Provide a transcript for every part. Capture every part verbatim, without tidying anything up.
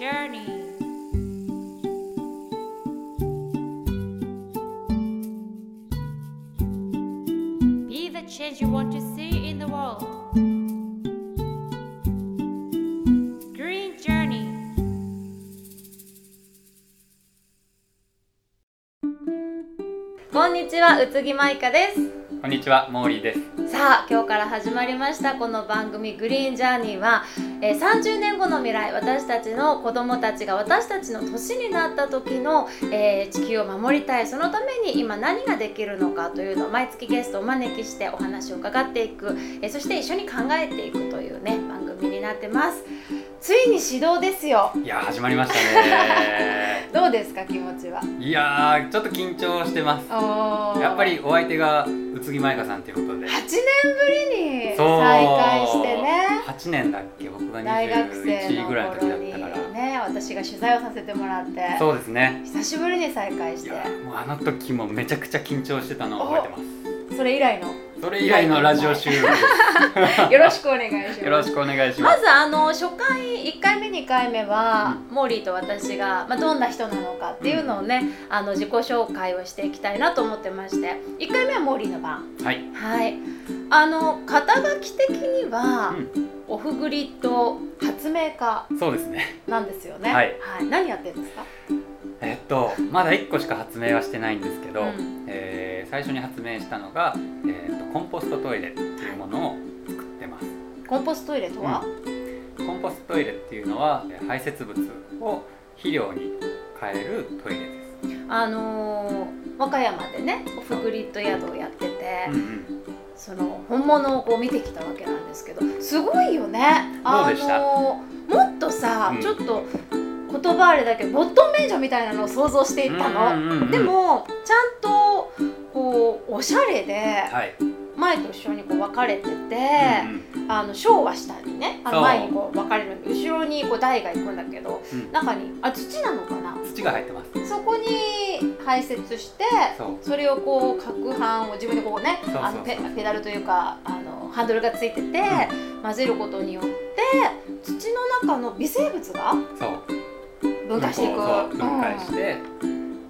journey. Be the change you want to see in the world. Green Journey. こんにちは、宇津木舞香です。 こんにちは、モーリーです。 さあ、今日から始まりましたこの番組グリーンジャーニーは、えー、さんじゅうねんごの未来、私たちの子供たちが私たちの年になった時の、えー、地球を守りたい、そのために今何ができるのかというのを毎月ゲストをお招きしてお話を伺っていく、えー、そして一緒に考えていくというね番組になってます。ついに始動ですよ。 いやー、始まりましたね。 どうですか、気持ちは。 いやー、ちょっと緊張してます。やっぱりお相手が宇津木舞香さんということではちねんぶりに再会してね。 はちねんだっけ、僕が大にじゅういちぐらいの時だったからね、私が取材をさせてもらって。 そうですね、 久しぶりに再会して。 いやもうあの時もめちゃくちゃ緊張してたのを覚えてます。 それ以来のそれ以来のラジオ収録です。 よろしくお願いします。 よろしくお願いします。 まずあの初回いっかいめにかいめは、うん、モーリーと私が、まあ、どんな人なのかっていうのをね、うん、あの自己紹介をしていきたいなと思ってまして、いっかいめはモーリーの番。 はい、 はい、あの肩書き的には、うん、オフグリッド発明家そうですねなんですよね。 はい、 はい、何やってるんですか？ えっとまだいっこしか発明はしてないんですけど、うん、えー、最初に発明したのが、えー、とコンポストトイレっていうものを作ってます。 コンポストトイレとは、 うん、コンポストトイレっていうのは排泄物を肥料に変えるトイレです。 あのー、和歌山でねオフグリッド宿をやってて、うんうん、その本物をこう見てきたわけなんですけど、すごいよね。 どうでした？ あのー、もっとさ、うん、ちょっと言葉あれだけどボットン免除みたいなのを想像していったの、うんうんうんうん、でもちゃんとこうおしゃれで、はい、前と一緒にこう分かれてて、うんうん、あの小は下にね、あの前にこう分かれるんで後ろにこう台が行くんだけど、うん、中にあ土なのかな、 土が入ってます。 そこに排泄して、 そ, それをこう攪拌を自分でこうね、あの ペ, ペダルというかあのハンドルがついてて、うん、混ぜることによって土の中の微生物がそう分解していく。 そう分解して、うん、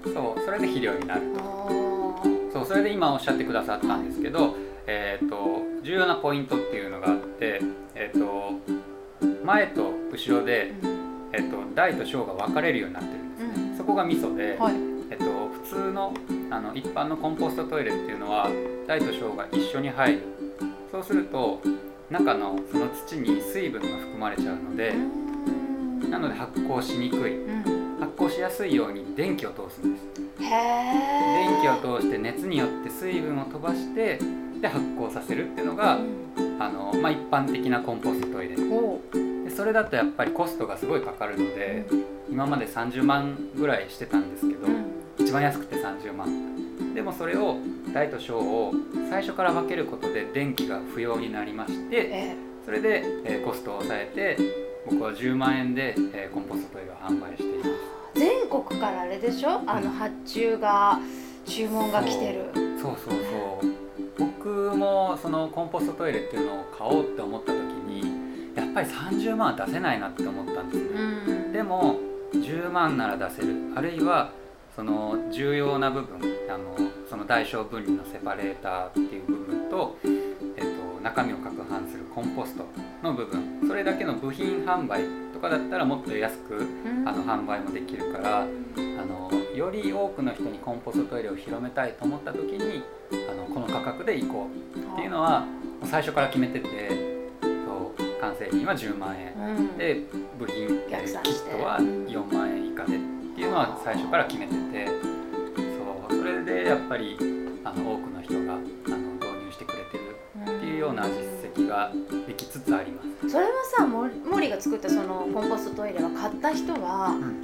そうそれで肥料になると。そうそれで今おっしゃってくださったんですけど、はい、えー、と重要なポイントっていうのがあって、えー、と前と後ろで、うん、えー、と大と小が分かれるようになってるんですね、うん、そこがミソで、はい、えー、と普通 の, あの一般のコンポストトイレっていうのは大と小が一緒に入る。そうすると中のその土に水分が含まれちゃうので、うん、なので発酵しにくい、うん、発酵しやすいように電気を通すんです。 へ電気を通して熱によって水分を飛ばしてで発酵させるっていうのが、うん、あのまあ、一般的なコンポストトイレで、それだとやっぱりコストがすごいかかるので、うん、今までさんじゅうまんぐらいしてたんですけど、うん、一番安くてさんじゅうまんでもそれを大と小を最初から分けることで電気が不要になりまして、えー、それで、えー、コストを抑えて僕はじゅうまんえんで、えー、コンポストトイレを販売しています。 全国からあれでしょ、あの発注が、うん、注文が来てる。 そうそうそうそう。僕もそのコンポストトイレっていうのを買おうって思った時にやっぱりさんじゅうまんは出せないなって思ったんですね、うん、でもじゅうまんなら出せる、あるいはその重要な部分、あのその大小分離のセパレーターっていう部分と、えっと、中身を攪拌するコンポストの部分、それだけの部品販売とかだったらもっと安く、うん、あの販売もできるから、あのより多くの人にコンポストトイレを広めたいと思った時にあのこの価格でいこうっていうのは最初から決めてて、そう完成品はじゅうまんえん、うん、で部品キットはよんまんえん以下でっていうのは最初から決めてて、そうそれでやっぱりあの多くの人があの導入してくれてるっていうような実績ができつつあります。 それはさ、モリが作ったそのコンポストトイレは買った人は、うん、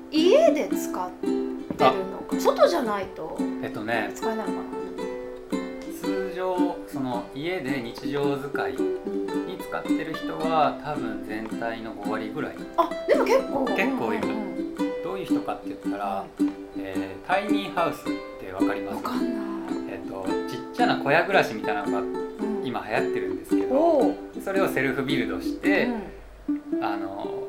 家で使ってるのか外じゃないとえっとね使えないのかな。 通常その家で日常使いに使ってる人は多分全体のごわりぐらい。 あ、でも結構結構いる、うんうん、どういう人かって言ったら、えー、タイニーハウスってわかります？ わかんない。 えっとちっちゃな小屋暮らしみたいなのが今流行ってるんですけど、うん、それをセルフビルドして、うん、あの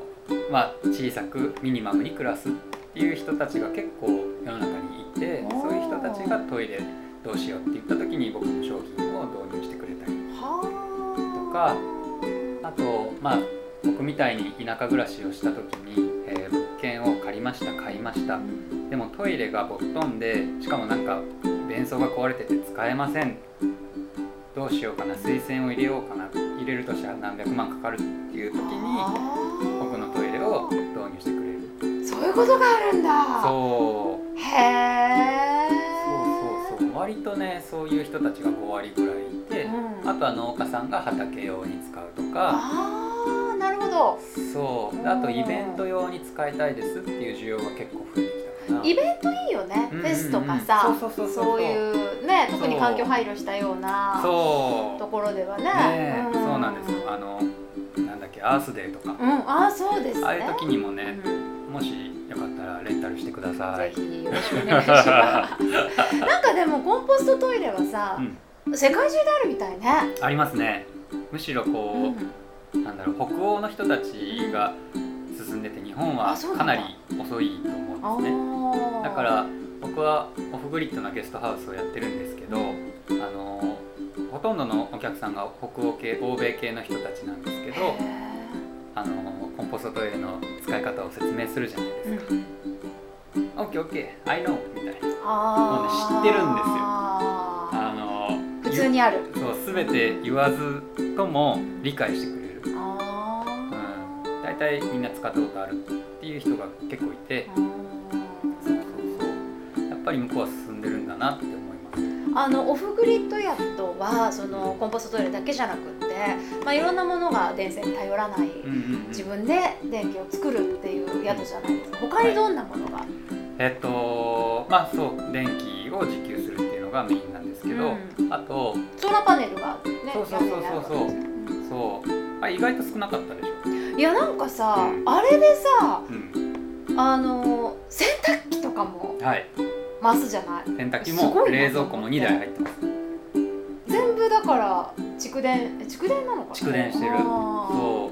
まあ、小さくミニマムに暮らすっていう人たちが結構世の中にいて、そういう人たちがトイレどうしようって言った時に僕の商品を導入してくれたりとか、あとまあ僕みたいに田舎暮らしをした時に、えー、物件を借りました、買いました、でもトイレがボットンで、しかもなんか便槽が壊れてて使えません、どうしようかな、水栓を入れようかな、入れるとしたら何百万かかるっていう時に僕のトイレを導入してくれる。 そういうことがあるんだ。 そうへえ。 そうそうそう、割とねそういう人たちがご割ぐらいいて、うん、あとは農家さんが畑用に使うとか。 ああ、なるほど。 そう、あとイベント用に使いたいですっていう需要が結構増えてきたかな。 イベントいいよね、うんうんうん、フェスとかさ、そうそうそうそう、そういうね、特に環境配慮したようなところではね。 ね、うん、そうなんですよ。あのなんだっけ、アースデーとか、 うん、ああそうですね、 ああいう時にもね、うん、もしよかったらレンタルしてください。 ぜひよろしくお願いしますなんかでもコンポストトイレはさ、うん、世界中であるみたいね。 ありますね。むしろこう、うん、なんだろう、北欧の人たちが進んでて日本はかなり遅いと思うんですね。だから僕はオフグリッドなゲストハウスをやってるんですけど、あのほとんどのお客さんが北欧系、欧米系の人たちなんですけど、あのコンポストトイレの使い方を説明するじゃないですか。うん、オッケーオッケー、I know みたいな、もうね知ってるんですよ。あの普通にある。 そう、全て言わずとも理解してくれる。大体みんな使ったことあるっていう人が結構いて、そうそうそう、やっぱり向こうは進んでるんだなって思います。 あのオフグリッドヤットはそのコンポストトイレだけじゃなくって、まあ、いろんなものが電線に頼らない、うんうんうん、自分で電気を作るっていう宿じゃないですか。他にどんなものが、はい、 えっとまあそう、電気を自給するっていうのがメインなんですけど、うん、あとソーラーパネルがね、 そうそうそうそうそうそう、あ、意外と少なかったでしょ。 いやなんかさ、うん、あれでさ、うん、あの洗濯機とかも増すじゃない、 はい、洗濯機も冷蔵庫もにだい入ってます。 全部だから蓄電、蓄電なのかな。 蓄電してる。そう、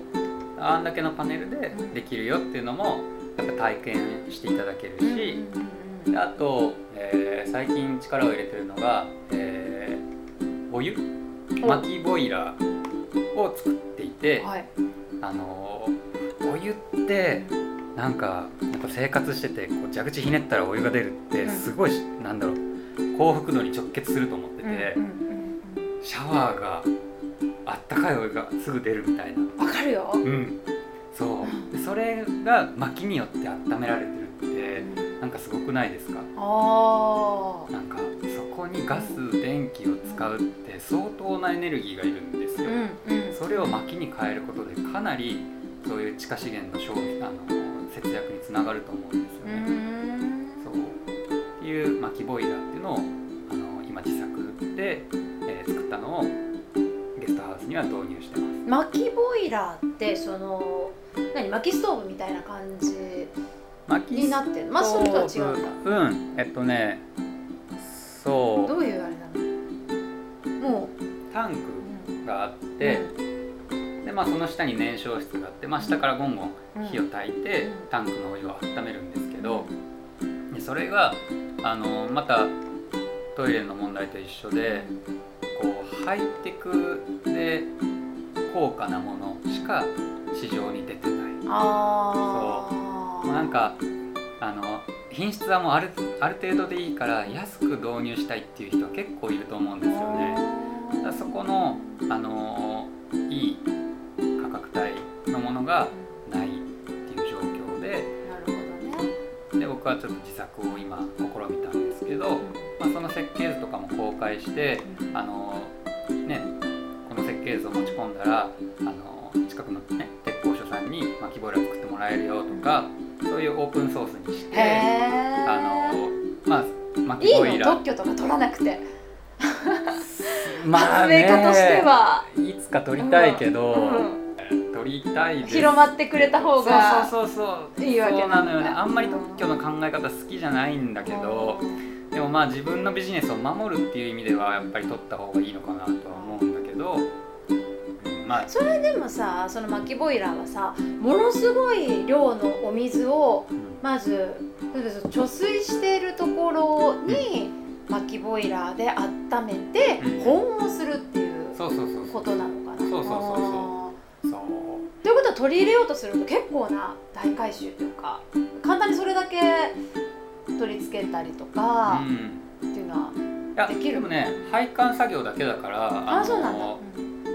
あんだけのパネルでできるよっていうのもやっぱ体験していただけるし、うんうんうん、あと、えー、最近力を入れてるのが、えー、お湯薪ボイラーを作っていて、はい、あのお湯ってなんかやっぱ生活しててこう蛇口ひねったらお湯が出るってすごい、うん、なんだろう、幸福度に直結すると思ってて、うんうんうん、シャワーがあったかいお湯がすぐ出るみたいな。 わかるよ。 うん、そうで、それが薪によって温められてるってなんかすごくないですか。あ、なんかそこにガス、電気を使うって相当なエネルギーがいるんですよ。うんうん、それを薪に変えることでかなりそういう地下資源の消費、あの節約につながると思うんですよね。そうっていう薪ボイラーっていうのをあの今自作で、えー、作ったのをゲストハウスには導入してます。 薪ボイラーってその何、薪ストーブみたいな感じになってる。まあそれとは違うんだ。 うん、えっとね、そう。 どういうあれなの？もうタンクがあって、うん、でまあその下に燃焼室があって、まあ下からゴンゴン火を焚いて、うん、タンクのお湯を温めるんですけど、でそれがあのまたトイレの問題と一緒で、こうハイテクで高価なものしか市場に出てない。あそう、なんかあの品質はもうある、ある程度でいいから安く導入したいっていう人は結構いると思うんですよね。だからそこの、あのいい価格帯のものがないっていう状況で、 なるほどね。 で僕はちょっと自作を今試みたんですけど、まあ、その設計図とかも公開して、あのね、この設計図を持ち込んだらあの近くの、ね、鉄工所さんに薪ボイラー作ってもらえるよとか、そういうオープンソースにして、あのまあ薪ボイラーいいの、 特許とか取らなくてまあね、発明家としてはいつか取りたいけど、うんうん、取りたいです。 広まってくれた方がそうそうそうそう、いいわけなんだよね。あんまり特許の考え方好きじゃないんだけど、でもまあ自分のビジネスを守るっていう意味ではやっぱり取った方がいいのかなとは思うんだけど、うん、 まあ、 それでもさ、その薪ボイラーはさ、ものすごい量のお水をまず貯水しているところに薪ボイラーで温めて保温をするっていうことなのかな。 そうそうそうそうそう。 ということは取り入れようとすると結構な大改修というか、簡単にそれだけ取り付けたりとかっていうのはできる。 いやでもね、配管作業だけだから、 ああ、そうなんだ、 うん、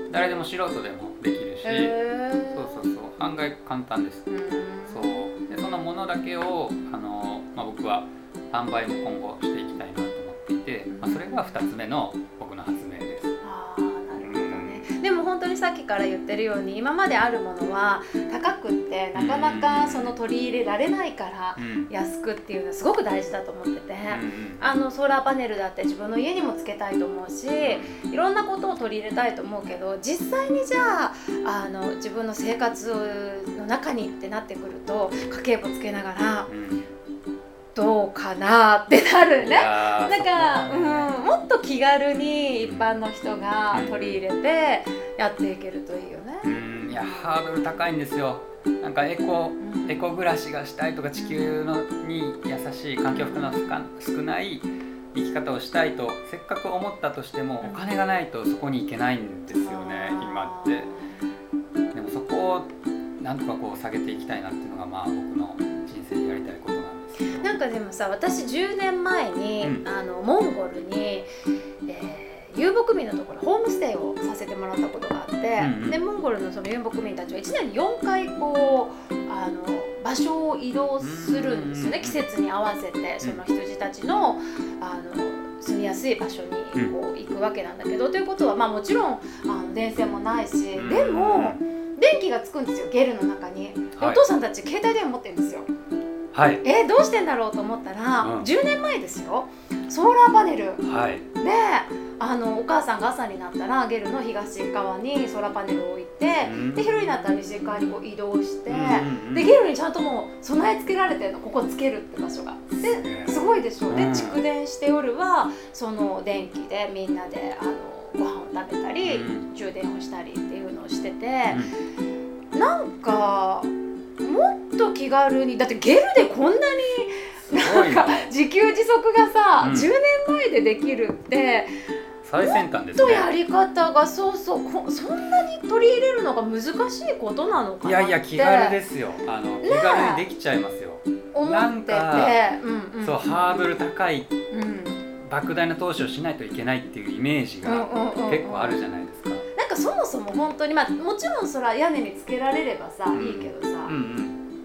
誰でも素人でもできるし、そうそうそう、案外簡単です。そうで、そのものだけをあの、まあ、僕は販売も今後していきたいなと思っていて、まあ、それがふたつめの僕の発明です。 ああ、なるほどね。でも本当にさっきから言ってるように、今まであるものは高くってなかなかその取り入れられないから安くっていうのはすごく大事だと思ってて、あのソーラーパネルだって自分の家にもつけたいと思うし、いろんなことを取り入れたいと思うけど、実際にじゃあ、あの自分の生活の中にってなってくると、家計簿つけながら、うんどうかなってなるね。なんか、うん、もっと気軽に一般の人が取り入れてやっていけるといいよね。 うん、いやハードル高いんですよ。なんかエコ、うん、エコ暮らしがしたいとか、地球のに優しい環境負荷の少ない生き方をしたいとせっかく思ったとしても、お金がないとそこに行けないんですよね、今って。でもそこをなんとかこう下げていきたいなっていうのが、まあ僕の人生でやりたいことなんです。 なんかでもさ、私じゅうねんまえに、うん、あのモンゴルに、えー、遊牧民のところホームステイをさせてもらったことがあって、うんうん、でモンゴルのその遊牧民たちはいちねんによんかいこうあの場所を移動するんですよね、季節に合わせて。その羊たちの、あの住みやすい場所にこう行くわけなんだけど、ということは、まあ、もちろんあの電線もないし、でも電気がつくんですよ、ゲルの中に。で、お父さんたち携帯電話持ってるんですよ。はい、えー、どうしてんだろうと思ったら、うん、じゅうねんまえですよ、ソーラーパネル、はい、で、あのお母さんが朝になったらゲルの東側にソーラーパネルを置いて、うん、で昼になったら西側にこう移動して、うんうん、でゲルにちゃんともう備え付けられてるの、ここつけるって場所が。ですごいでしょ。で、蓄電して夜はその電気でみんなであのご飯を食べたり、うん、充電をしたりっていうのをしてて、うん、なんかもっと気軽に、だってゲルでこんなになんか自給自足がさ、うん、じゅうねんまえでできるって最先端ですね。 もっとやり方が、そうそうこ、そんなに取り入れるのが難しいことなのかなって。 いやいや、気軽ですよ。あの、ね、気軽にできちゃいますよ。 思ってて、 うんうん、そうハードル高い、うん、莫大な投資をしないといけないっていうイメージが結構あるじゃないですか。 なんかそもそも本当に、まあ、もちろんそれは屋根につけられればさ、うん、いいけどさ、うんうん、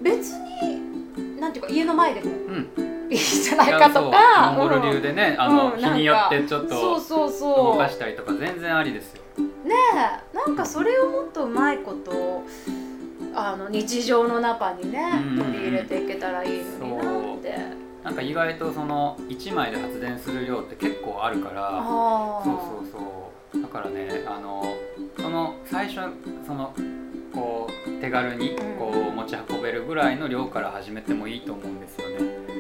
別になんていうか家の前でも、うん、いいじゃないかとか、 モンゴル流でね、あの、うん、日によってちょっと動かしたりとか全然ありですよ。 ねえ、なんかそれをもっとうまいことあの日常の中にね、うん、取り入れていけたらいいのになって。 なんか意外とそのいちまいで発電する量って結構あるから、そうそうそう、だからね、あのその最初そのこう手軽にこう持ち運べるぐらいの量から始めてもいいと思うんですよね。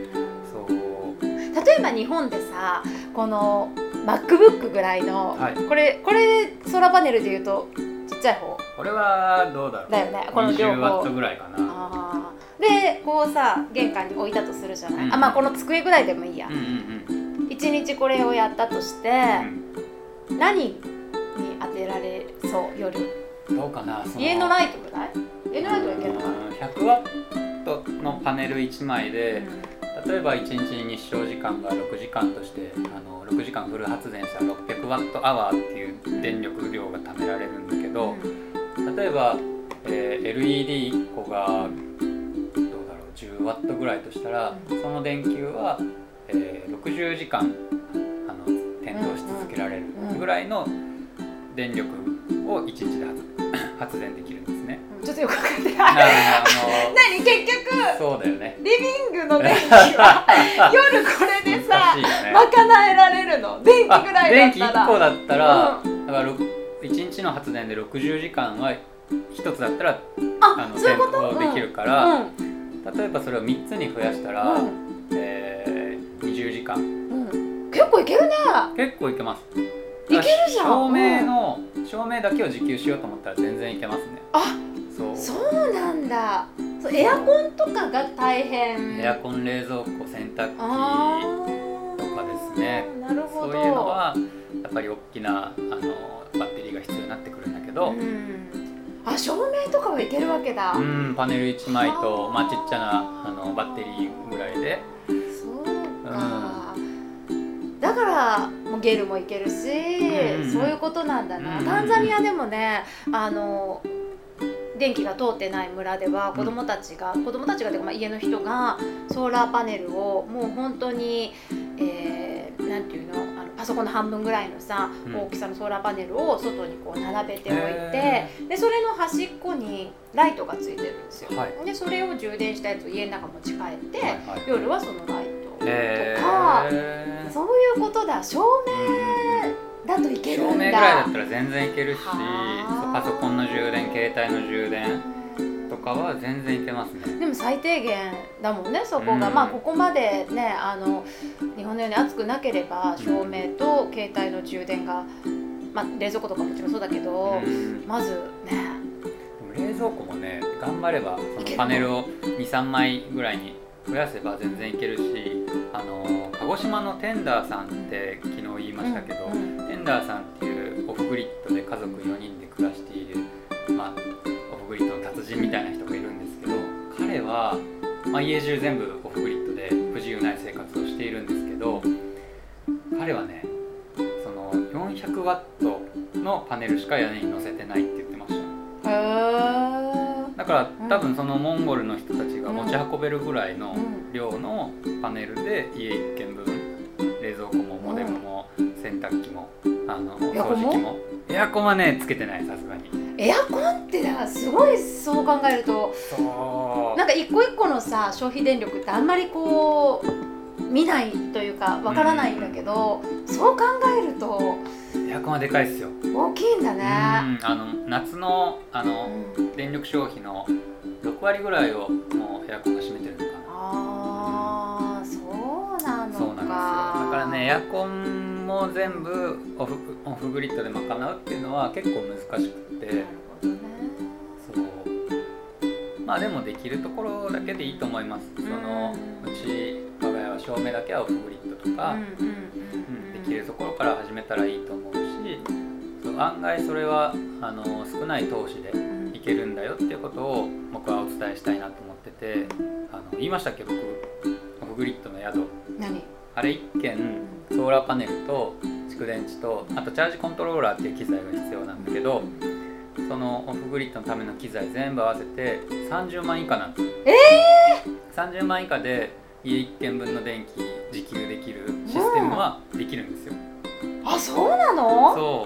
そう例えば日本でさ、この MacBook ぐらいの、はい、これこれソーラーパネルでいうとちっちゃい方、 これはどうだろう、 だよね、この両方にじゅうワットぐらいかな。 あでこうさ、玄関に置いたとするじゃない、うん、あ、まあこの机ぐらいでもいいや、うんうんうん、いちにちこれをやったとして、うん、何に当てられそう、夜どうかな、その家のライトぐらい、家のライトはいけるのかな。 ひゃくワットのパネルいちまいで、うん、例えばいちにちに日照時間がろくじかんとして、あのろくじかんフル発電したらろっぴゃくワットアワーっていう電力量が貯められるんだけど、うん、例えば、えー、エルイーディーいっこがじゅうワットぐらいとしたら、うん、その電球は、えー、ろくじゅうじかんあの点灯し続けられるぐらいの電力をいちにちで 発, 発電できるんですね。 ちょっとよくわかってない。何結局そうだよね、 リビングの電気は夜これでさ、ね、賄えられるの。電気ぐらいだったら、 電気いっこだったら、うん、だからいちにちの発電でろくじゅうじかんはひとつだったらあの点灯できるから、うんうん、例えばそれをみっつに増やしたら、うん、えー、にじゅうじかん、 うん、結構いけるね。 結構いけます。 いけるじゃん。 照明の、うん、照明だけを自給しようと思ったら全然いけますね。 あ、そうそうなんだ。そう、エアコンとかが大変。 エアコン、冷蔵庫、洗濯機とかですね。 なるほど。 そういうのはやっぱり大きなあのバッテリーが必要になってくるんだけど、うん、 あ、照明とかはいけるわけだ。 うん、パネルいちまいと、まあ、ちっちゃなあのバッテリーぐらいで。 そうか、うん、だからもうゲルもいけるし、うんうん、そういうことなんだな、うんうん、タンザニアでもね、あの電気が通ってない村では子どもたちが、うん、子どもたちがというか、まあ、家の人がソーラーパネルをもう本当に、えー、なんていうの、あのパソコンの半分ぐらいのさ、うん、大きさのソーラーパネルを外にこう並べておいて、でそれの端っこにライトがついてるんですよ、はい、でそれを充電したやつを家の中持ち帰って、はいはい、夜はそのライトとか、そういうことだ。照明だといけるんだ。 照明ぐらいだったら全然いけるし、パソコンの充電、携帯の充電とかは全然いけますね。 でも最低限だもんね、そこが、うん、まあここまでね、あの日本のように暑くなければ照明と携帯の充電が、まあ冷蔵庫とかもちろんそうだけど、うん、まずね。 冷蔵庫もね、頑張ればそのパネルをにさんまいぐらいに増やせば全然いけるし、あの鹿児島のテンダーさんって昨日言いましたけど、うんうん、テンダーさんっていうオフグリッドで家族よにんで暮らしている、まあ、オフグリッドの達人みたいな人がいるんですけど、彼は、まあ、家中全部オフグリッドで不自由ない生活をしているんですけど、彼はね、そのよんひゃくワットのパネルしか屋根に乗せてないって言ってました。へー。だから多分そのモンゴルの人たちが持ち運べるぐらいの量のパネルで家いっけんぶん、冷蔵庫もモデムも洗濯機もあの掃除機も、エアコンはねつけてない、さすがに。 エアコンってだからすごい、そう考えると、そうなんか一個一個のさ消費電力ってあんまりこう見ないというかわからないんだけど、うん、そう考えるとエアコンはでかいですよ。 大きいんだね。 うん、あの夏の、あの、うん、電力消費のろくわりぐらいをもうエアコンが占めてるのかな。 ああ、うん、そうなのか。 そうなんですよ。だからね、エアコンも全部オフ、オフグリッドで賄うっていうのは結構難しくて。なるほどね。そう。まあでもできるところだけでいいと思います。うん、そのうち我が家は照明だけはオフグリッドとか、うんうんうん、できるところから始めたらいいと思うし、案外それはあの少ない投資でいけるんだよっていうことを僕はお伝えしたいなと思ってて、あの言いましたっけ、僕オフグリッドの宿。 何？ あれいっけんソーラーパネルと蓄電池とあとチャージコントローラーっていう機材が必要なんだけど、そのオフグリッドのための機材全部合わせてさんじゅうまん以下なんです。 えー、さんじゅうまん以下で家いっけんぶんの電気自給できるシステムはできるんですよ。 あ、そうなの？ そう、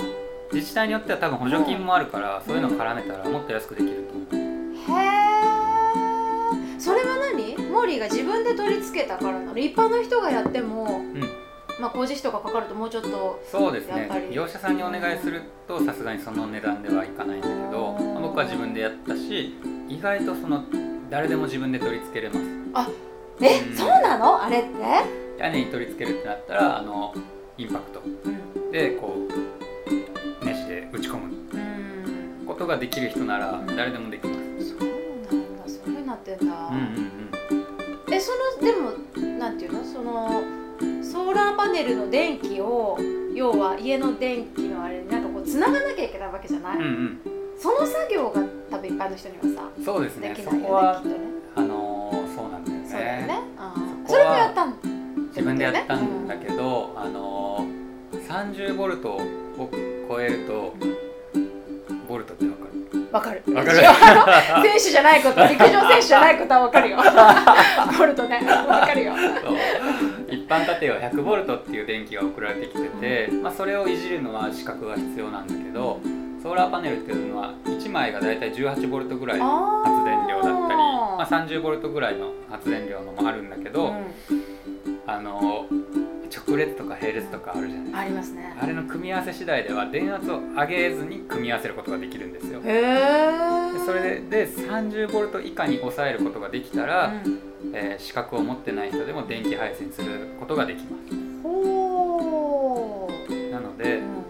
自治体によっては多分補助金もあるから、うん、そういうの絡めたらもっと安くできると思う。 へー。それは何？モーリーが自分で取り付けたからなの？一般の人がやっても、うん、まあ工事費とかかかるともうちょっと。 そうですね、業者さんにお願いするとさすがにその値段ではいかないんだけど、まあ、僕は自分でやったし、意外とその誰でも自分で取り付けれます。 あ、え、うん、そうなの？あれって屋根に取り付けるってなったら、あのインパクトでこうネジで打ち込むことができる人なら誰でもできます。 うん、そうなんだ、そういうふうになってんだ。うんうんうん。え、そのでもなんていうの、そのソーラーパネルの電気を要は家の電気のあれになんかこうつながなきゃいけないわけじゃない？うんうん。その作業が多分一般の人にはさ、 そうですね。 できないよね、 そこはきっとね。 あのー、そうなんだよね。 そうだよね。あそ, それもやったんだ、ね、 自分でやったんだけど、うん、あのー、さんじゅうボルトを超えると、ボルトってわかる？わかる。わかる。 選手じゃないこと、陸上選手じゃないことはわかるよ。ボルトね、わかるよ。 一般家庭はひゃくボルトっていう電気が送られてきてて、まあ、それをいじるのは資格が必要なんだけど、ソーラーパネルっていうのはいちまいがだいたいじゅうはちボルトぐらいの発電量だったり、まあ、さんじゅうボルトぐらいの発電量のもあるんだけど、うん、あの直列とか並列とかあるじゃないですか。 ありますね。 あれの組み合わせ次第では電圧を上げずに組み合わせることができるんですよ。 へー。 それでさんじゅうボルト以下に抑えることができたら、うんえー、資格を持ってない人でも電気配線することができます。ほー。なので、うん、そう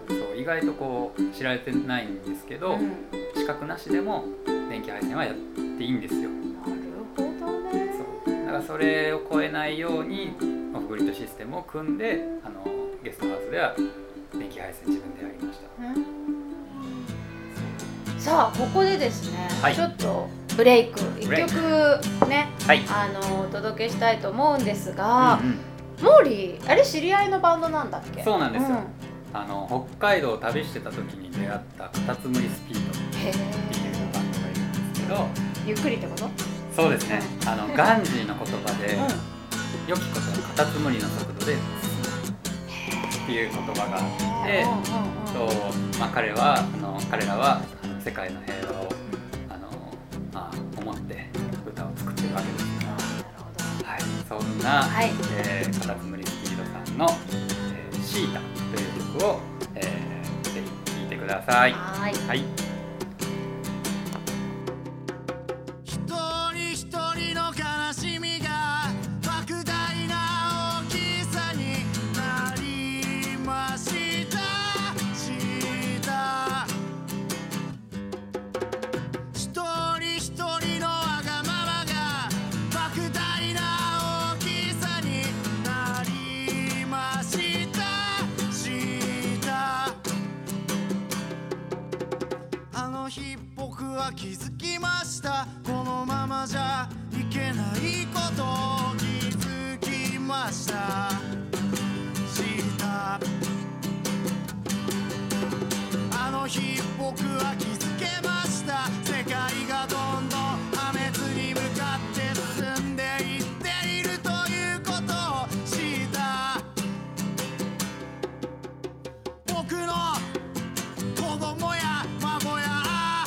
外とこう知られてないんですけど、うん、資格なしでも電気配線はやっていいんですよ。 なるほどね。 そうだからそれを超えないようにオフグリッドシステムを組んで、あのゲストハウスでは電気配線自分でやりました、 うん、さあここでですね、はい、ちょっとブレイクいっきょくね、はい、あのお届けしたいと思うんですが、うんうん、モーリーあれ知り合いのバンドなんだっけ？ そうなんですよ、うん、あの北海道を旅してた時に出会ったカタツムリスピードっていうバンドがいるんですけど、 ゆっくりってこと？ そうですね、あのガンジーの言葉で、うん、良きことはカタツムリの速度でっていう言葉があって、そう、まあ、彼はあの彼らはあの世界の平和をあの、まあ、思って歌を作ってるわけです。はい、そんな、はい、えー、カタツムリスピードさんの、えー、シータという曲を、えー、ぜひ聴いてください。 はい、 はい。 気づきました。このままじゃいけないことを気づきました。したあの日僕は気づけました。世界がどんどん破滅に向かって進んでいっているということを知った。僕の子供や孫や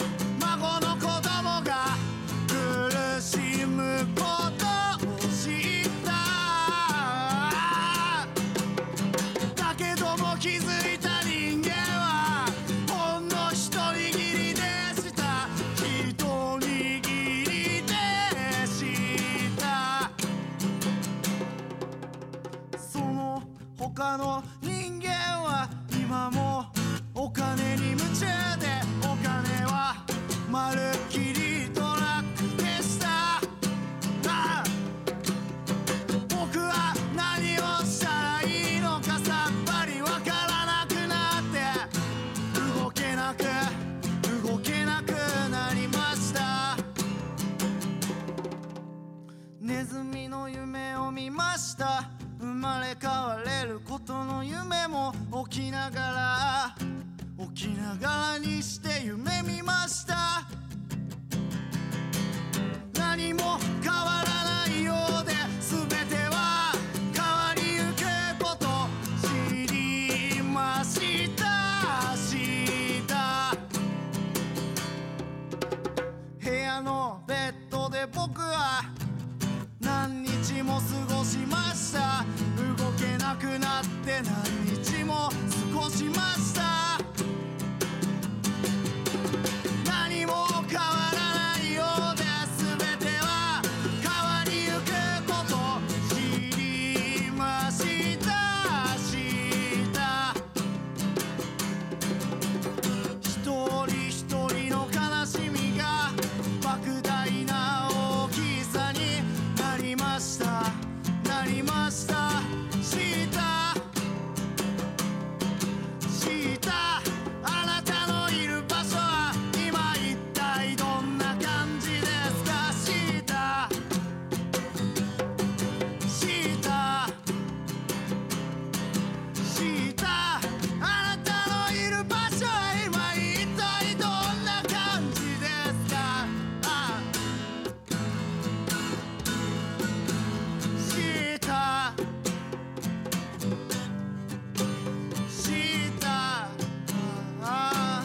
他の人間は今もお金に夢中で、お金はまるっきりトラックでした。ああ僕は何をしたらいいのかさっぱりわからなくなって動けなく動けなくなりました。ネズミの夢を見ました。生まれ変われることの夢も起きながら起きながらにして夢見ました。何も変わらないようで全ては変わりゆくこと知りました。した部屋のベッドで僕は何日も過ごしました。動けなくなって何日も過ごしました。何も変わらないようで全ては変わりゆくこと知りました。した一人一人の悲しみが莫大な大きさになりましたなりました。したしたあなたのいる場所は今一体どんな感じですか。したしたしたあなたのいる場所は今一体どんな感じですか。あしたしたあ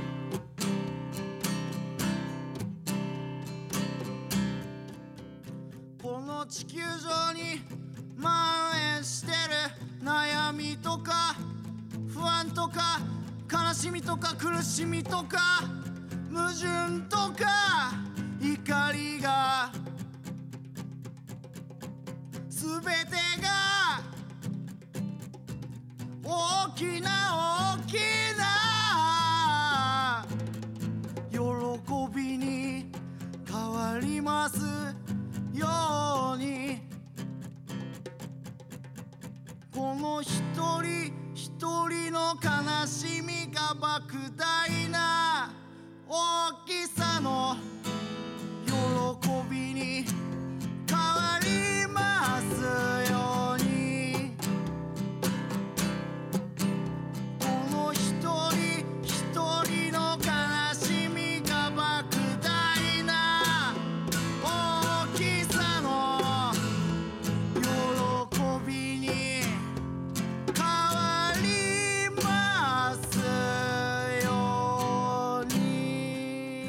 この地球上に蔓延してる悩みとか不安とか悲しみとか苦しみとか矛盾とか怒りが全てが大きな大きなすようにこの一人一人の悲しみが莫大な大きさの喜びに変わりますようにこの一人一人の悲しみが莫大な大きさの喜びに変わりますように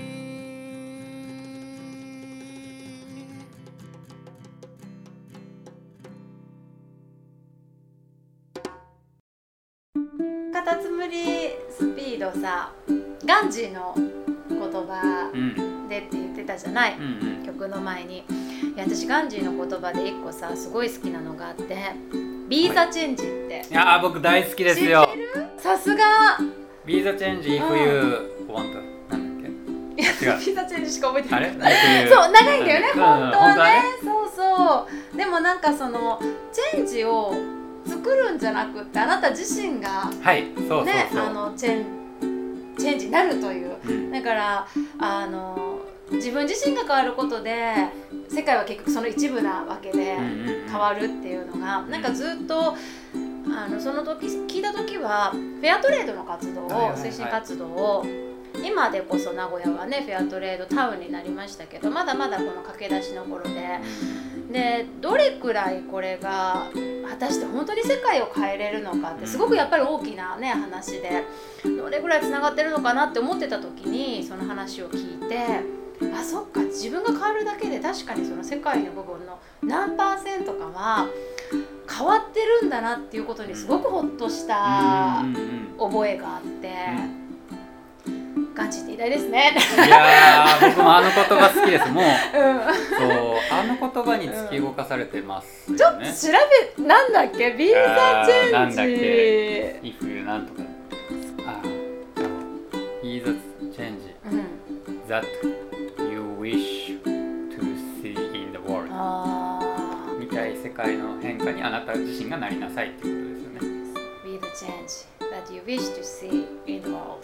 カタツムリスピードさ、ガンジーの言葉うんでって言ってたじゃない、 うんうん、 曲の前に。いや私ガンジーの言葉で一個さすごい好きなのがあって、ビーザチェンジって、 いやー僕大好きですよ。 知ってる？さすが。 ビーザチェンジ if you want なんだっけ？ いや違うビーザチェンジしか覚えてない。 あれ？ そう長いんだよね、 うん本当はね。 本当はねそうそう。でもなんかそのチェンジを作るんじゃなくって、あなた自身がはいそうそうそう、 ね、あのチェンチェンジになるという。 うん、 だからあの自分自身が変わることで世界は結局その一部なわけで変わるっていうのが、なんかずっとあのその時聞いた時はフェアトレードの活動を、 はいはいはい推進活動を、今でこそ名古屋はねフェアトレードタウンになりましたけど、まだまだこの駆け出しの頃で、でどれくらいこれが果たして本当に世界を変えれるのかってすごくやっぱり大きなね話で、どれくらいつながってるのかなって思ってた時にその話を聞いて、あそっか自分が変わるだけで確かにその世界の部分の何パーセントかは変わってるんだなっていうことにすごくほっとした覚えがあって、ガンジーって偉大ですね。 いやー僕もあの言葉好きですもう、 うん、 そうあの言葉に突き動かされてますよね。 ちょっと調べなんだっけビーザチェンジなんだっけ if you なんとかあビーザチェンジ、うん、that you wish to see in the world あ見たい世界の変化にあなた自身がなりなさいっていうことですよね。 Be the change that you wish to see in the world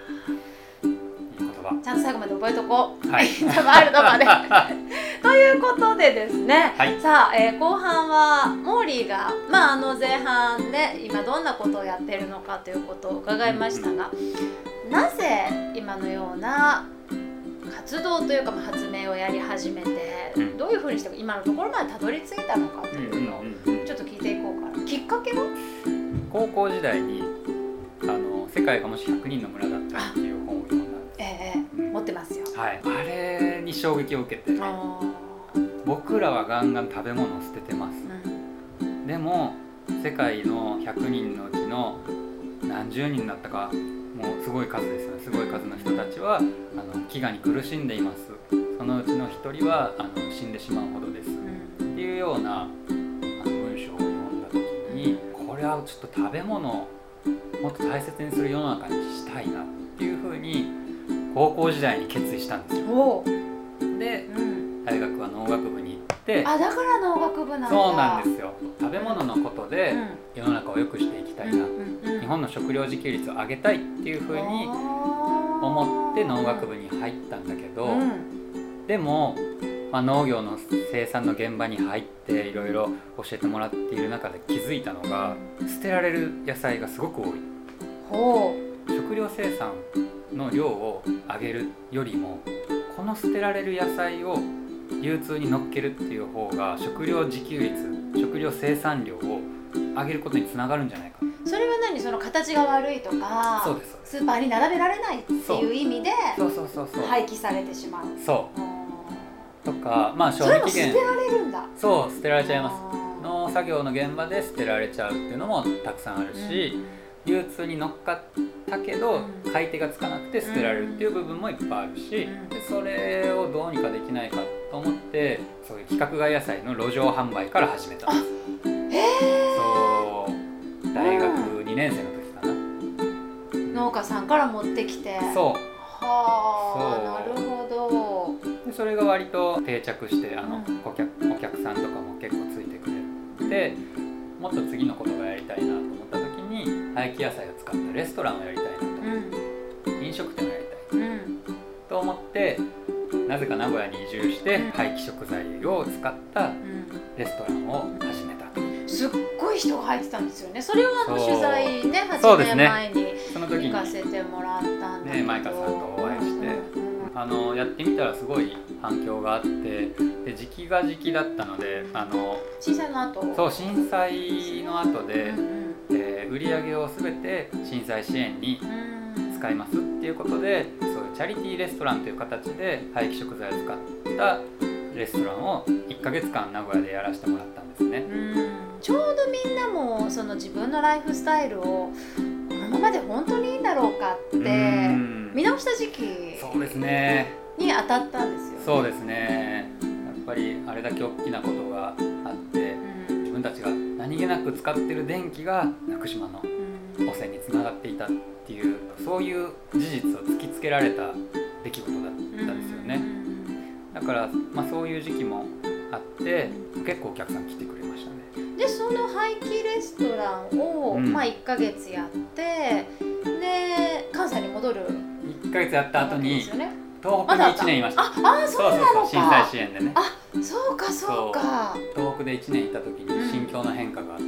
ちゃんと最後まで覚えとこう。 はい。 ワールドまで。ということでですね。 はい、 さあ、えー、後半はモーリーが、まあ、あの前半で今どんなことをやっているのかということを伺いましたが、うん、なぜ今のような活動というか、まあ、発明をやり始めて、うん、どういうふうにして今のところまでたどり着いたのかというのをちょっと聞いていこうかな。きっかけは高校時代にあの世界がもしひゃくにんの村だったらっていう本を読んだんです。 ええー、持ってますよ。 はい、あれに衝撃を受けて、僕らはガンガン食べ物を捨ててます、うん、でも世界のひゃくにんのうちの何十人だったかもうすごい数ですよね。すごい数の人たちはあの飢餓に苦しんでいます。そのうちの一人はあの死んでしまうほどです、うん、っていうようなあの文章を読んだ時に、これはちょっと食べ物をもっと大切にする世の中にしたいなっていうふうに高校時代に決意したんですよ。で、うん、大学は農学部に行って、 あ、だから農学部なんだ。 そうなんですよ。食べ物のことで世の中を良くしていきたいな、うんうんうん、日本の食料自給率を上げたいっていうふうに思って農学部に入ったんだけど、うん、でも、まあ、農業の生産の現場に入っていろいろ教えてもらっている中で気づいたのが、捨てられる野菜がすごく多い。 ほう食料生産の量を上げるよりも、この捨てられる野菜を流通に乗っけるっていう方が食料自給率、食料生産量を上げることにつながるんじゃないか。 それは何、その形が悪いとか、 そうですスーパーに並べられないっていう意味で廃棄されてしまう。 そうとか、まあ賞味期限、 それも捨てられるんだ。 そう捨てられちゃいます。農作業の現場で捨てられちゃうっていうのもたくさんあるし、うん、流通に乗っかったけど、うん、買い手がつかなくて捨てられるっていう部分もいっぱいあるし、うん、でそれをどうにかできないかと思って、そういう規格外野菜の路上販売から始めたんです。 へー。 そう大学にねん生の時かな、 農家さんから持ってきて。 そうはあ、なるほど。 でそれが割と定着してあの、 うん、 顧客、お客さんとかも結構ついてくれて、もっと次のことがやりたいなと思った時に廃棄野菜を使ったレストランをやりたいなと、うん、飲食店をやりたい、うん、と思ってなぜか名古屋に移住して、うん、廃棄食材を使ったレストランを始めたと。 すっごい人が入ってたんですよね。それはあの取材ねはちねんまえに行かせてもらったんだけど、ね、 マイカさんとお会いして、うん、あのやってみたらすごい反響があって、で時期が時期だったので、あの震災の後そう震災の後で、うんうん、えー、売り上げをすべて震災支援に使いますっていうことで、そういうチャリティーレストランという形で廃棄食材を使ったレストランをいっかげつかん名古屋でやらせてもらったんですね。うん、 ちょうどみんなもその自分のライフスタイルをこのままで本当にいいんだろうかって見直した時期に当たったんですよね。 そうですね。やっぱりあれだけ大きなことがあって、うん、自分たちが何気なく使ってる電気が福島の汚染につながっていたっていう、そういう事実を突きつけられた出来事だったんですよね。だから、まあ、そういう時期もあって結構お客さん来てくれましたね。 でその廃棄レストランを、うん、まあ、いっかげつやってで関西に戻るいっかげつやった後に、ね、東北にいちねんいました。 ああ、そうなのか。そうそうそう、 震災支援でね。 あ、そうかそうか。 そう東北でいちねんいた時に心境の変化があって、うん、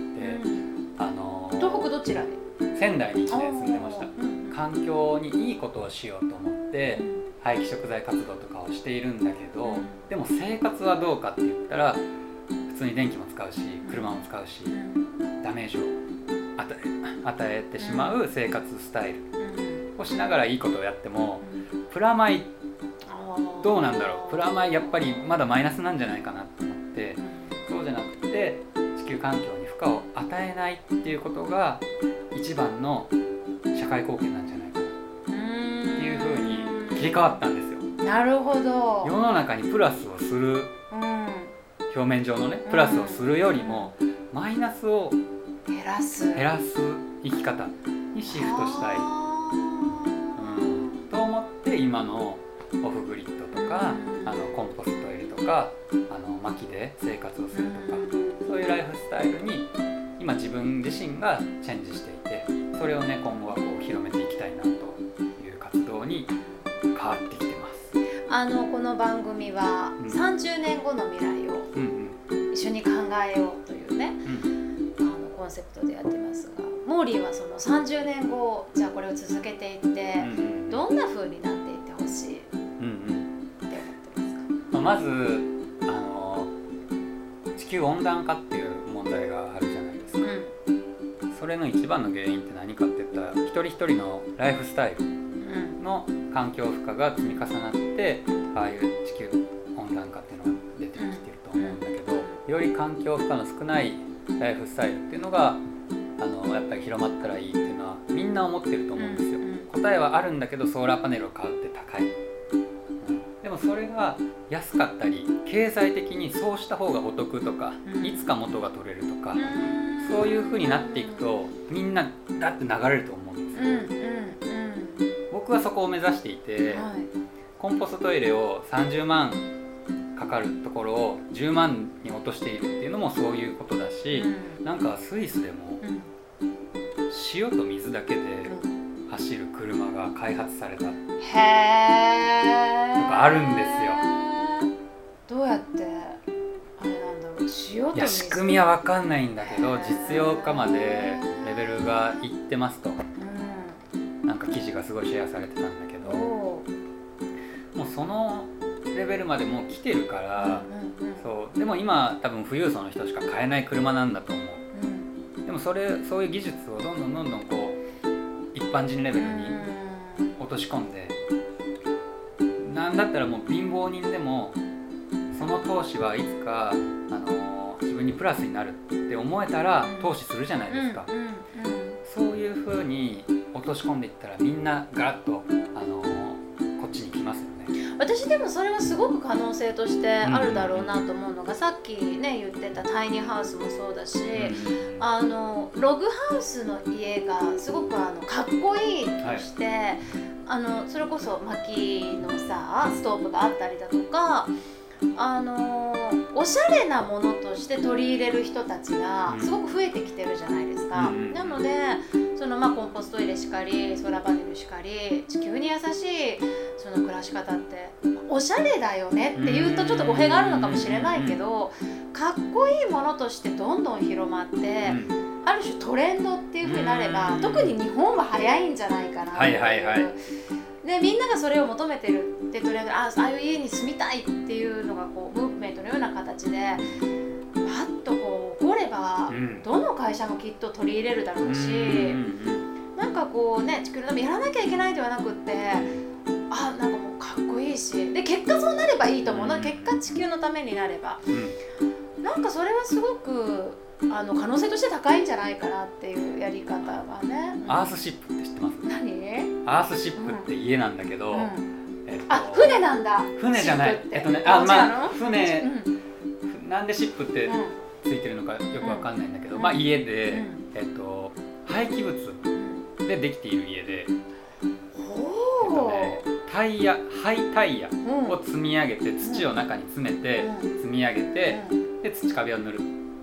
あのー、 東北どちらに？ 仙台にいちねん住んでました。環境にいいことをしようと思って廃棄食材活動とかをしているんだけど、でも生活はどうかって言ったら普通に電気も使うし車も使うしダメージを与え、与えてしまう生活スタイルをしながらいいことをやってもプラマイどうなんだろう、プラマイやっぱりまだマイナスなんじゃないかなと思って、そうじゃなくて地球環境に負荷を与えないっていうことが一番の社会貢献なんじゃないかなっていう風に切り替わったんですよ。 なるほど。 世の中にプラスをする、うん、表面上のねプラスをするよりも、うん、マイナスを減らす減らす生き方にシフトしたい、うん、と思って今のオフグリッドとか、うん、あのコンポスト入れとかあの薪で生活をするとか、うん、そういうライフスタイルに今自分自身がチェンジしていて、それをね今後はこう広めていきたいなという活動に変わってきてます。 あのこの番組はさんじゅうねんごの未来を一緒に考えようというね、うんうん、あのコンセプトでやってますが、モーリーはそのさんじゅうねんごじゃあこれを続けていって、うんうん、どんな風になっていってほしいって思ってますか？ まずあの地球温暖化っていう問題があるじゃないですか、うん、それの一番の原因って何かって言ったら一人一人のライフスタイルの環境負荷が積み重なってああいう地球温暖化っていうのが出てきてると思うんだけど、より環境負荷の少ないライフスタイルっていうのがあのやっぱり広まったらいいっていうのはみんな思ってると思うんですよ。答えはあるんだけどソーラーパネルを買うって高い、うん、でもそれが安かったり経済的にそうした方がお得とか、いつか元が取れるとか、そういう風になっていくとみんなだって流れると思うんですよ、うんうんうん、僕はそこを目指していて、はい、コンポストトイレをさんじゅうまんかかるところをじゅうまんに落としているっていうのもそういうことだし、うん、なんかスイスでも塩と水だけで走る車が開発されたとかあるんですよ。 どうやってあれなんだろう、塩と水。いや仕組みは分かんないんだけど実用化までレベルがいってますと、うん、なんか記事がすごいシェアされてたんだけど、もうそのレベルまでもう来てるから、うんうんうん、そうでも今多分富裕層の人しか買えない車なんだと思う、うん、でもそれそういう技術をどんどんどんどんこう一般人レベルに落とし込んで、なんだったらもう貧乏人でもその投資はいつか、あのー、自分にプラスになるって思えたら投資するじゃないですか、うんうんうん、そういう風に落とし込んでいったらみんなガラッと、あのー、こっちに来ますよね。 私でもそれはすごく可能性としてあるだろうなと思うのが、さっきね言ってたタイニーハウスもそうだし、あのログハウスの家がすごくあのかっこいいとして、はい、あのそれこそ薪のさストーブがあったりだとか、あのおしゃれなものとして取り入れる人たちがすごく増えてきてるじゃないですか、うん、なのでそのまあコンポスト入れしかりソーラーパネルしかり地球に優しいその暮らし方っておしゃれだよねっていうとちょっと語弊があるのかもしれないけど、かっこいいものとしてどんどん広まって、うん、ある種トレンドっていう風になれば、特に日本は早いんじゃないかなっていう、はいはいはい、でみんながそれを求めてるってトレンド、ああいう家に住みたいっていうのがこうムーブメントのような形でパッとこう起これば、うん、どの会社もきっと取り入れるだろうし、うん、なんかこうね地球のためやらなきゃいけないではなくって、あなんかもうかっこいいし、で結果そうなればいいと思うの、結果地球のためになれば、うん、なんかそれはすごくあの可能性として高いんじゃないかなっていうやり方がね、うん、 アースシップって知ってます？ 何？ アースシップって家なんだけど、うんえっと、 あ船なんだ。 船じゃない。えっとね、あまあ船、うん、なんでシップってついてるのかよくわかんないんだけど、うん、まあ家で、うん、えっと廃棄物でできている家で、うんえっとね、タイヤ廃タイヤを積み上げて、土を中に詰めて、うん、積み上げて、うん、で土壁を塗る。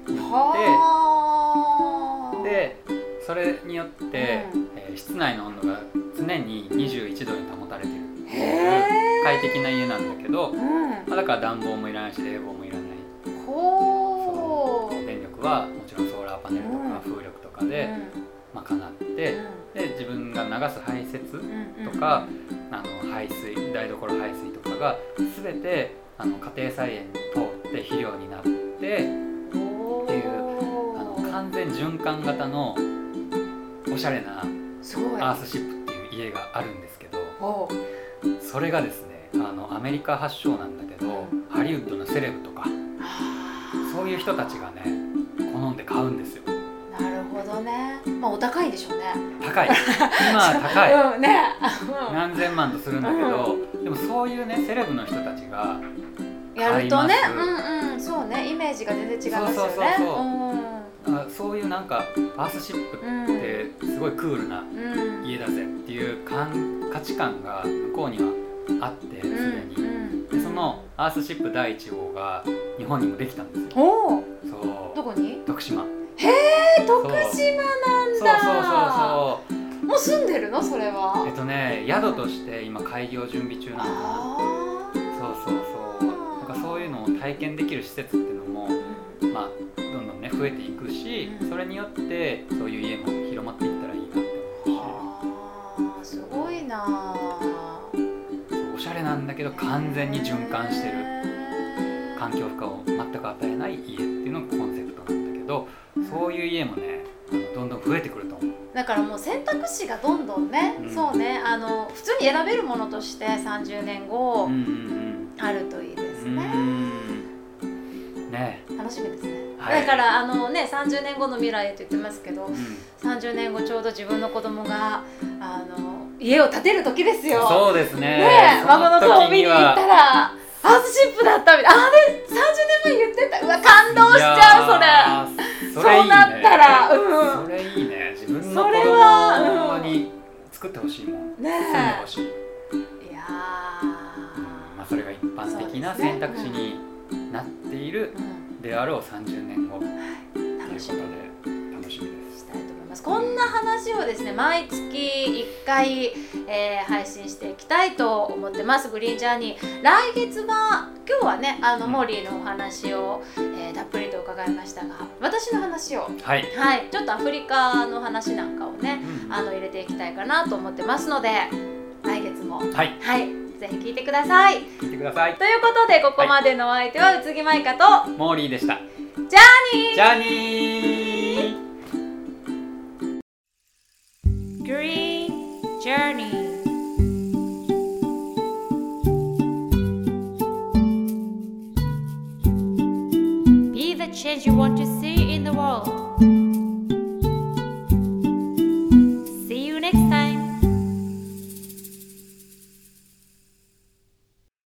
で, でそれによって、うんえー、室内の温度が常ににじゅういちどに保たれているっていう快適な家なんだけど、うんまあ、だから暖房もいらないし冷房もいらない。 ほそう電力はもちろんソーラーパネルとか風力とかで賄って、うん、で自分が流す排泄とか、うん、あの排水台所排水とかが全てあの家庭菜園に通って肥料になってっていうあの完全循環型のおしゃれなアースシップっていう家があるんですけど、それがですねあのアメリカ発祥なんだけど、ハリウッドのセレブとかそういう人たちがね好んで買うんですよ。 なるほどね。まあお高いでしょうね。高い。 今は高い。 うんね、 何千万とするんだけど、うん、でもそういうねセレブの人たちがやるとね、うんうん、そうね、イメージが全然違いますよね。そうそうそうそう、 うん、そういうなんかアースシップってすごいクールな家だぜっていう価値観が向こうにはあってすでに、うん、でそのアースシップだいいち号が日本にもできたんですよ。おそうどこに？ 徳島。 へー、徳島なんだ。そうそうそうそう。もう住んでるのそれは？ えっとね宿として今開業準備中なのかな。そうそうそう。そういうのを体験できる施設っていうのも、うん、まあどんどんね増えていくし、うん、それによってそういう家も広まっていったらいいなって思うし、 あすごいな。 おしゃれなんだけど完全に循環してる、環境負荷を全く与えない家っていうのがコンセプトなんだけど、そういう家もねどんどん増えてくると思う。 だからもう選択肢がどんどんね、うん、そうねあの普通に選べるものとしてさんじゅうねんご、うんうんうん、あるといいですね。 ね楽しみですね、はい、だからあのねさんじゅうねんごの未来へと言ってますけど、うん、さんじゅうねんごちょうど自分の子供があの家を建てる時ですよ。 そうですね。 ね孫の子を見に行ったらアースシップだったみたいな。あれさんじゅうねんまえ言ってた。うわ感動しちゃうそれ。 それいいね。 そうなったら、うん、 それいいね。自分の子供に作ってほしいもん。 ね、 住んでほしい。いやー、 まあそれが一般的な選択肢になっているであろうさんじゅうねんごということで楽しみです。 したいと思います。こんな話をですね毎月いっかい、えー、配信していきたいと思ってます。グリーンジャーニー。来月は今日はねあのモーリーのお話を、えー、たっぷりと伺いましたが、私の話を、 はい、 はい、ちょっとアフリカの話なんかをね、うん、あの入れていきたいかなと思ってますので、来月も、 はい、 はい、ぜひ聞いてください。 聞いてください。 ということでここまでのお相手は宇津木舞香とモーリーでした。 ジャーニー。 ジャーニー。 Green Journey. Be the change you want to see in the world.